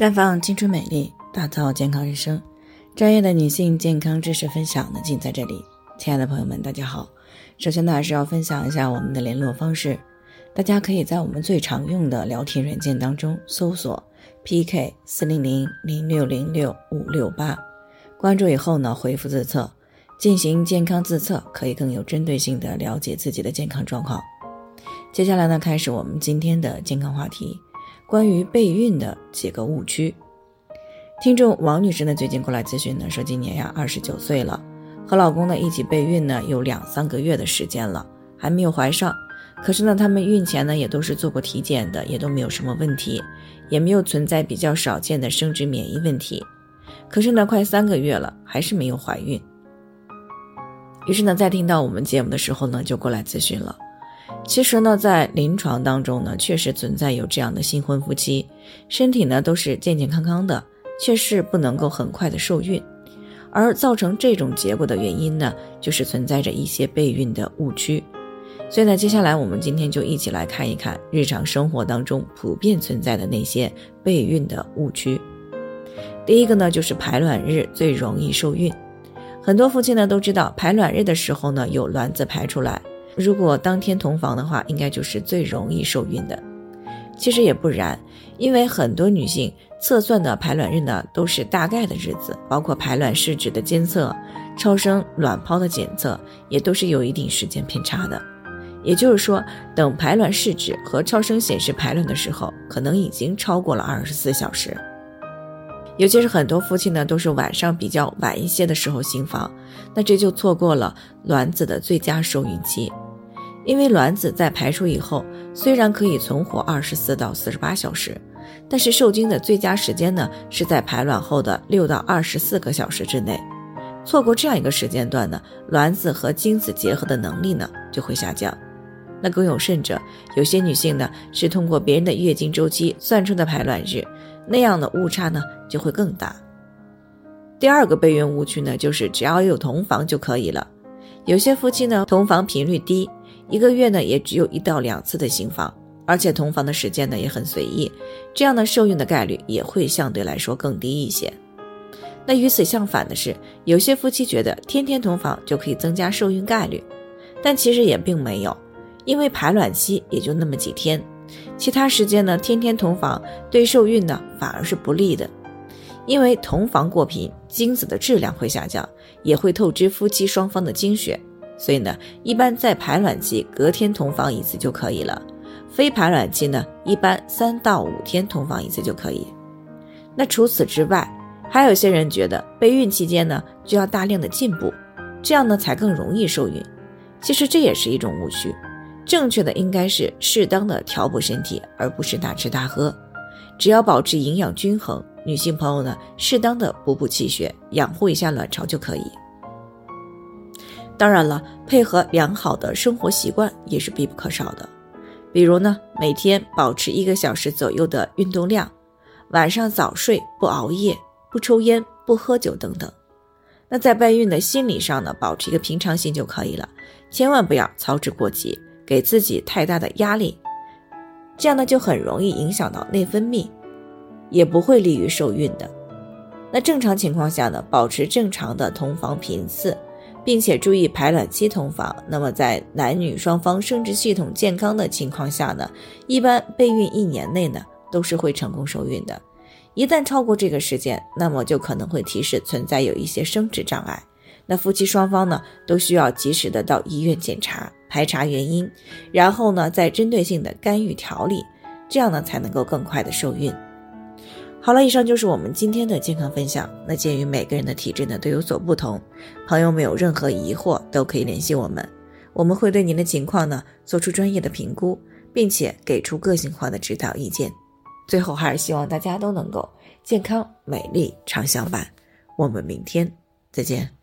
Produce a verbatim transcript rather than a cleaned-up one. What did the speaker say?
绽放青春美丽，打造健康人生。专业的女性健康知识分享呢，尽在这里。亲爱的朋友们，大家好。首先呢，还是要分享一下我们的联络方式。大家可以在我们最常用的聊天软件当中搜索 P K 四零零 零六零六 五六八，关注以后呢，回复自测，进行健康自测，可以更有针对性的了解自己的健康状况。接下来呢，开始我们今天的健康话题，关于备孕的几个误区。听众王女士呢，最近过来咨询呢，说今年呀二十九岁了，和老公呢一起备孕呢有两三个月的时间了，还没有怀上。可是呢，他们孕前呢也都是做过体检的，也都没有什么问题，也没有存在比较少见的生殖免疫问题。可是呢，快三个月了，还是没有怀孕。于是呢，在听到我们节目的时候呢，就过来咨询了。其实呢，在临床当中呢，确实存在有这样的新婚夫妻，身体呢都是健健康康的，却是不能够很快的受孕。而造成这种结果的原因呢，就是存在着一些备孕的误区。所以呢，接下来我们今天就一起来看一看日常生活当中普遍存在的那些备孕的误区。第一个呢，就是排卵日最容易受孕。很多夫妻呢都知道，排卵日的时候呢有卵子排出来，如果当天同房的话，应该就是最容易受孕的。其实也不然，因为很多女性测算的排卵日呢都是大概的日子，包括排卵试纸的监测、超声卵泡的检测，也都是有一定时间偏差的。也就是说，等排卵试纸和超声显示排卵的时候，可能已经超过了二十四小时。尤其是很多夫妻呢都是晚上比较晚一些的时候行房，那这就错过了卵子的最佳受孕期。因为卵子在排出以后，虽然可以存活二十四到四十八小时，但是受精的最佳时间呢是在排卵后的六到二十四个小时之内。错过这样一个时间段呢，卵子和精子结合的能力呢就会下降。那更有甚者，有些女性呢是通过别人的月经周期算出的排卵日，那样的误差呢就会更大。第二个备孕误区呢，就是只要有同房就可以了。有些夫妻呢同房频率低，一个月呢也只有一到两次的行房，而且同房的时间呢也很随意，这样的受孕的概率也会相对来说更低一些。那与此相反的是，有些夫妻觉得天天同房就可以增加受孕概率，但其实也并没有。因为排卵期也就那么几天，其他时间呢天天同房对受孕呢反而是不利的。因为同房过频，精子的质量会下降，也会透支夫妻双方的精血，所以呢一般在排卵期隔天同房一次就可以了，非排卵期呢一般三到五天同房一次就可以。那除此之外，还有些人觉得备孕期间呢就要大量的进补，这样呢才更容易受孕。其实这也是一种误区，正确的应该是适当的调补身体，而不是大吃大喝。只要保持营养均衡，女性朋友呢适当的补补气血，养护一下卵巢就可以。当然了，配合良好的生活习惯也是必不可少的。比如呢，每天保持一个小时左右的运动量，晚上早睡，不熬夜，不抽烟，不喝酒等等。那在备孕的心理上呢，保持一个平常心就可以了，千万不要操之过急，给自己太大的压力，这样呢就很容易影响到内分泌，也不会利于受孕的。那正常情况下呢，保持正常的同房频次，并且注意排卵期同房，那么在男女双方生殖系统健康的情况下呢，一般备孕一年内呢都是会成功受孕的。一旦超过这个时间，那么就可能会提示存在有一些生殖障碍。那夫妻双方呢都需要及时的到医院检查，排查原因，然后呢再针对性的干预调理，这样呢才能够更快的受孕。好了，以上就是我们今天的健康分享。那鉴于每个人的体质呢都有所不同，朋友们有任何疑惑都可以联系我们，我们会对您的情况呢做出专业的评估，并且给出个性化的指导意见。最后还是希望大家都能够健康美丽常相伴。我们明天再见。